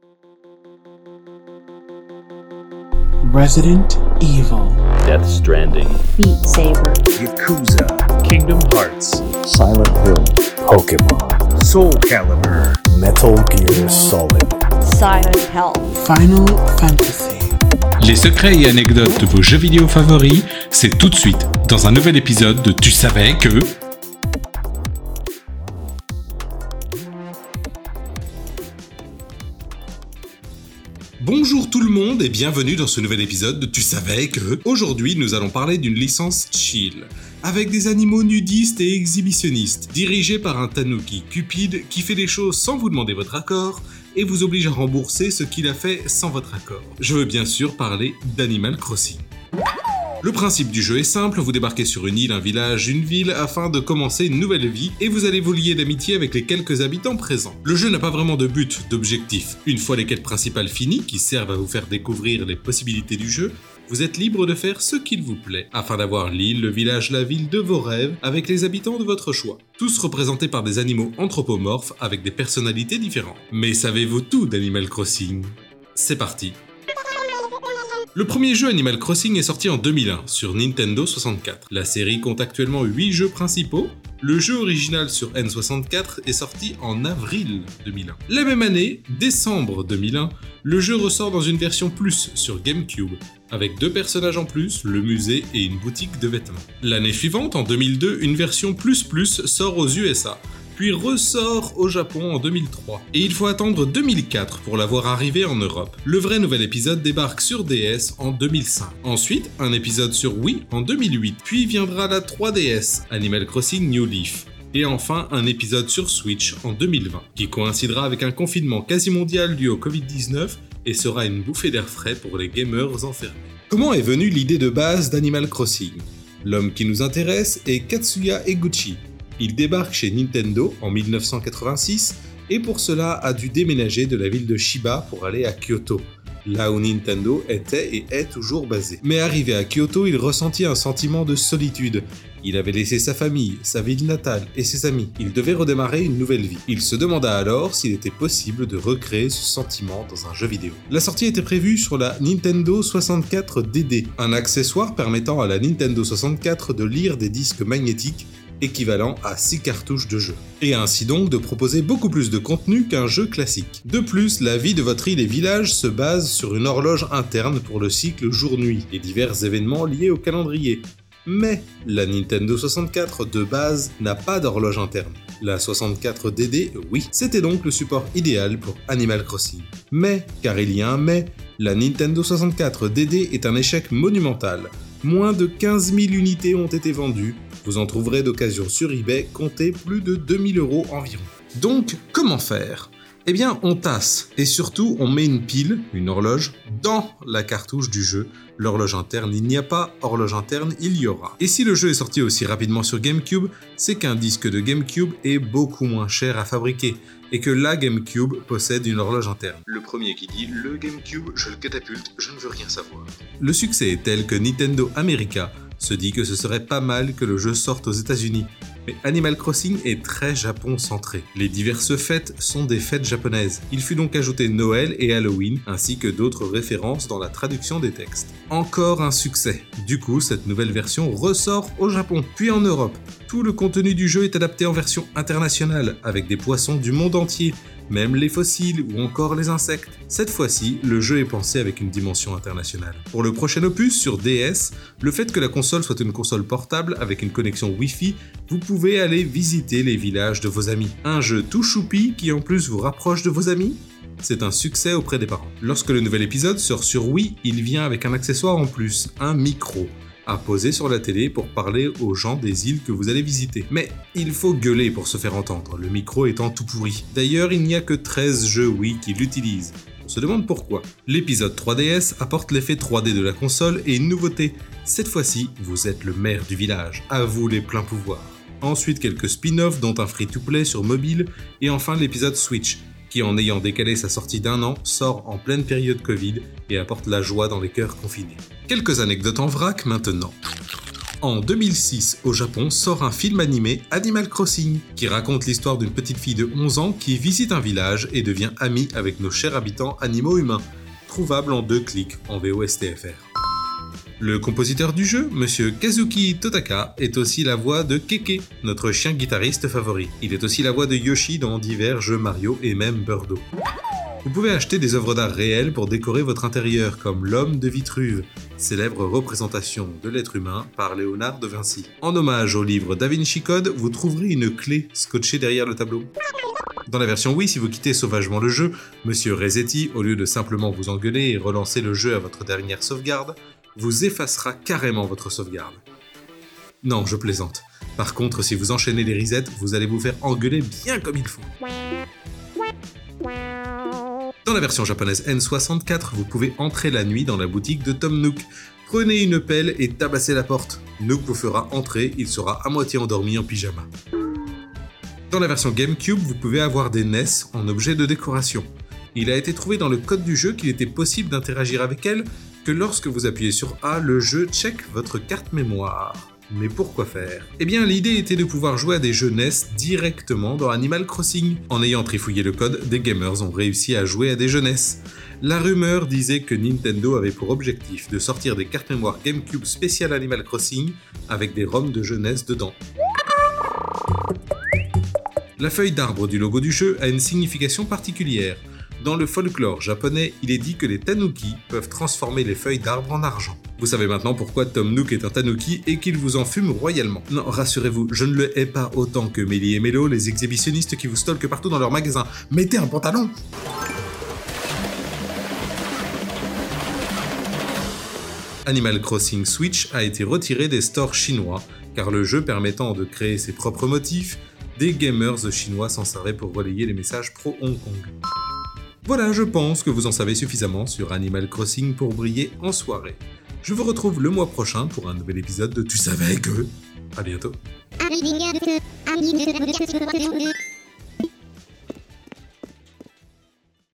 Resident Evil, Death Stranding, Beat Saber, Yakuza, Kingdom Hearts, Silent Hill, Pokémon, Soul Calibur, Metal Gear Solid, Silent Hill, Final Fantasy. Les secrets et anecdotes de vos jeux vidéo favoris, c'est tout de suite dans un nouvel épisode de Tu savais que... Bonjour tout le monde et bienvenue dans ce nouvel épisode de Tu savais que... Aujourd'hui, nous allons parler d'une licence chill, avec des animaux nudistes et exhibitionnistes, dirigés par un tanuki cupide qui fait des choses sans vous demander votre accord et vous oblige à rembourser ce qu'il a fait sans votre accord. Je veux bien sûr parler d'Animal Crossing. Le principe du jeu est simple, vous débarquez sur une île, un village, une ville afin de commencer une nouvelle vie et vous allez vous lier d'amitié avec les quelques habitants présents. Le jeu n'a pas vraiment de but, d'objectif. Une fois les quêtes principales finies, qui servent à vous faire découvrir les possibilités du jeu, vous êtes libre de faire ce qu'il vous plaît, afin d'avoir l'île, le village, la ville de vos rêves, avec les habitants de votre choix. Tous représentés par des animaux anthropomorphes avec des personnalités différentes. Mais savez-vous tout d'Animal Crossing ? C'est parti. Le premier jeu Animal Crossing est sorti en 2001 sur Nintendo 64. La série compte actuellement 8 jeux principaux. Le jeu original sur N64 est sorti en avril 2001. La même année, décembre 2001, le jeu ressort dans une version plus sur GameCube, avec 2 personnages en plus, le musée et une boutique de vêtements. L'année suivante, en 2002, une version plus sort aux USA, puis ressort au Japon en 2003. Et il faut attendre 2004 pour la voir arriver en Europe. Le vrai nouvel épisode débarque sur DS en 2005. Ensuite, un épisode sur Wii en 2008, puis viendra la 3DS, Animal Crossing New Leaf. Et enfin, un épisode sur Switch en 2020, qui coïncidera avec un confinement quasi mondial dû au Covid-19 et sera une bouffée d'air frais pour les gamers enfermés. Comment est venue l'idée de base d'Animal Crossing ? L'homme qui nous intéresse est Katsuya Eguchi. Il débarque chez Nintendo en 1986 et pour cela a dû déménager de la ville de Chiba pour aller à Kyoto, là où Nintendo était et est toujours basé. Mais arrivé à Kyoto, il ressentit un sentiment de solitude. Il avait laissé sa famille, sa ville natale et ses amis. Il devait redémarrer une nouvelle vie. Il se demanda alors s'il était possible de recréer ce sentiment dans un jeu vidéo. La sortie était prévue sur la Nintendo 64 DD, un accessoire permettant à la Nintendo 64 de lire des disques magnétiques équivalent à 6 cartouches de jeu, et ainsi donc de proposer beaucoup plus de contenu qu'un jeu classique. De plus, la vie de votre île et village se base sur une horloge interne pour le cycle jour-nuit et divers événements liés au calendrier. Mais la Nintendo 64 de base n'a pas d'horloge interne. La 64 DD, oui. C'était donc le support idéal pour Animal Crossing. Mais, car il y a un mais, la Nintendo 64 DD est un échec monumental. Moins de 15 000 unités ont été vendues. Vous en trouverez d'occasion sur eBay, comptez plus de 2000 € environ. Donc, comment faire ? Eh bien, on tasse, et surtout, on met une pile, une horloge, dans la cartouche du jeu. L'horloge interne, il n'y a pas, horloge interne, il y aura. Et si le jeu est sorti aussi rapidement sur GameCube, c'est qu'un disque de GameCube est beaucoup moins cher à fabriquer, et que la GameCube possède une horloge interne. Le premier qui dit « le GameCube, je le catapulte, je ne veux rien savoir ». Le succès est tel que Nintendo America se dit que ce serait pas mal que le jeu sorte aux États-Unis. Mais Animal Crossing est très Japon-centré. Les diverses fêtes sont des fêtes japonaises. Il fut donc ajouté Noël et Halloween, ainsi que d'autres références dans la traduction des textes. Encore un succès. Du coup, cette nouvelle version ressort au Japon, puis en Europe. Tout le contenu du jeu est adapté en version internationale, avec des poissons du monde entier, même les fossiles ou encore les insectes. Cette fois-ci, le jeu est pensé avec une dimension internationale. Pour le prochain opus sur DS, le fait que la console soit une console portable avec une connexion Wi-Fi, vous pouvez aller visiter les villages de vos amis. Un jeu tout choupi qui en plus vous rapproche de vos amis ? C'est un succès auprès des parents. Lorsque le nouvel épisode sort sur Wii, il vient avec un accessoire en plus, un micro, à poser sur la télé pour parler aux gens des îles que vous allez visiter. Mais il faut gueuler pour se faire entendre, le micro étant tout pourri. D'ailleurs, il n'y a que 13 jeux Wii qui l'utilisent. On se demande pourquoi. L'épisode 3DS apporte l'effet 3D de la console et une nouveauté. Cette fois-ci, vous êtes le maire du village. À vous les pleins pouvoirs. Ensuite, quelques spin-offs dont un free-to-play sur mobile. Et enfin, l'épisode Switch, qui en ayant décalé sa sortie d'1 an, sort en pleine période Covid et apporte la joie dans les cœurs confinés. Quelques anecdotes en vrac maintenant. En 2006, au Japon, sort un film animé Animal Crossing, qui raconte l'histoire d'une petite fille de 11 ans qui visite un village et devient amie avec nos chers habitants animaux humains, trouvable en 2 clics en VOSTFR. Le compositeur du jeu, Monsieur Kazuki Totaka, est aussi la voix de Keke, notre chien guitariste favori. Il est aussi la voix de Yoshi dans divers jeux Mario et même Birdo. Vous pouvez acheter des œuvres d'art réelles pour décorer votre intérieur, comme l'homme de Vitruve, célèbre représentation de l'être humain par Léonard de Vinci. En hommage au livre Da Vinci Code, vous trouverez une clé scotchée derrière le tableau. Dans la version Wii, si vous quittez sauvagement le jeu, Monsieur Resetti, au lieu de simplement vous engueuler et relancer le jeu à votre dernière sauvegarde, vous effacera carrément votre sauvegarde. Non, je plaisante. Par contre, si vous enchaînez les resets, vous allez vous faire engueuler bien comme il faut. Dans la version japonaise N64, vous pouvez entrer la nuit dans la boutique de Tom Nook. Prenez une pelle et tabassez la porte. Nook vous fera entrer, il sera à moitié endormi en pyjama. Dans la version GameCube, vous pouvez avoir des NES en objet de décoration. Il a été trouvé dans le code du jeu qu'il était possible d'interagir avec elles que lorsque vous appuyez sur A, le jeu check votre carte mémoire. Mais pourquoi faire ? Eh bien, l'idée était de pouvoir jouer à des jeux NES directement dans Animal Crossing. En ayant trifouillé le code, des gamers ont réussi à jouer à des jeux NES. La rumeur disait que Nintendo avait pour objectif de sortir des cartes mémoire GameCube spéciales Animal Crossing avec des ROM de jeux NES dedans. La feuille d'arbre du logo du jeu a une signification particulière. Dans le folklore japonais, il est dit que les tanuki peuvent transformer les feuilles d'arbre en argent. Vous savez maintenant pourquoi Tom Nook est un tanuki et qu'il vous en fume royalement. Non, rassurez-vous, je ne le hais pas autant que Mélie et Mélo, les exhibitionnistes qui vous stalkent partout dans leur magasin. Mettez un pantalon ! Animal Crossing Switch a été retiré des stores chinois, car le jeu permettant de créer ses propres motifs, des gamers chinois s'en servaient pour relayer les messages pro-Hong Kong. Voilà, je pense que vous en savez suffisamment sur Animal Crossing pour briller en soirée. Je vous retrouve le mois prochain pour un nouvel épisode de Tu savais que... À bientôt.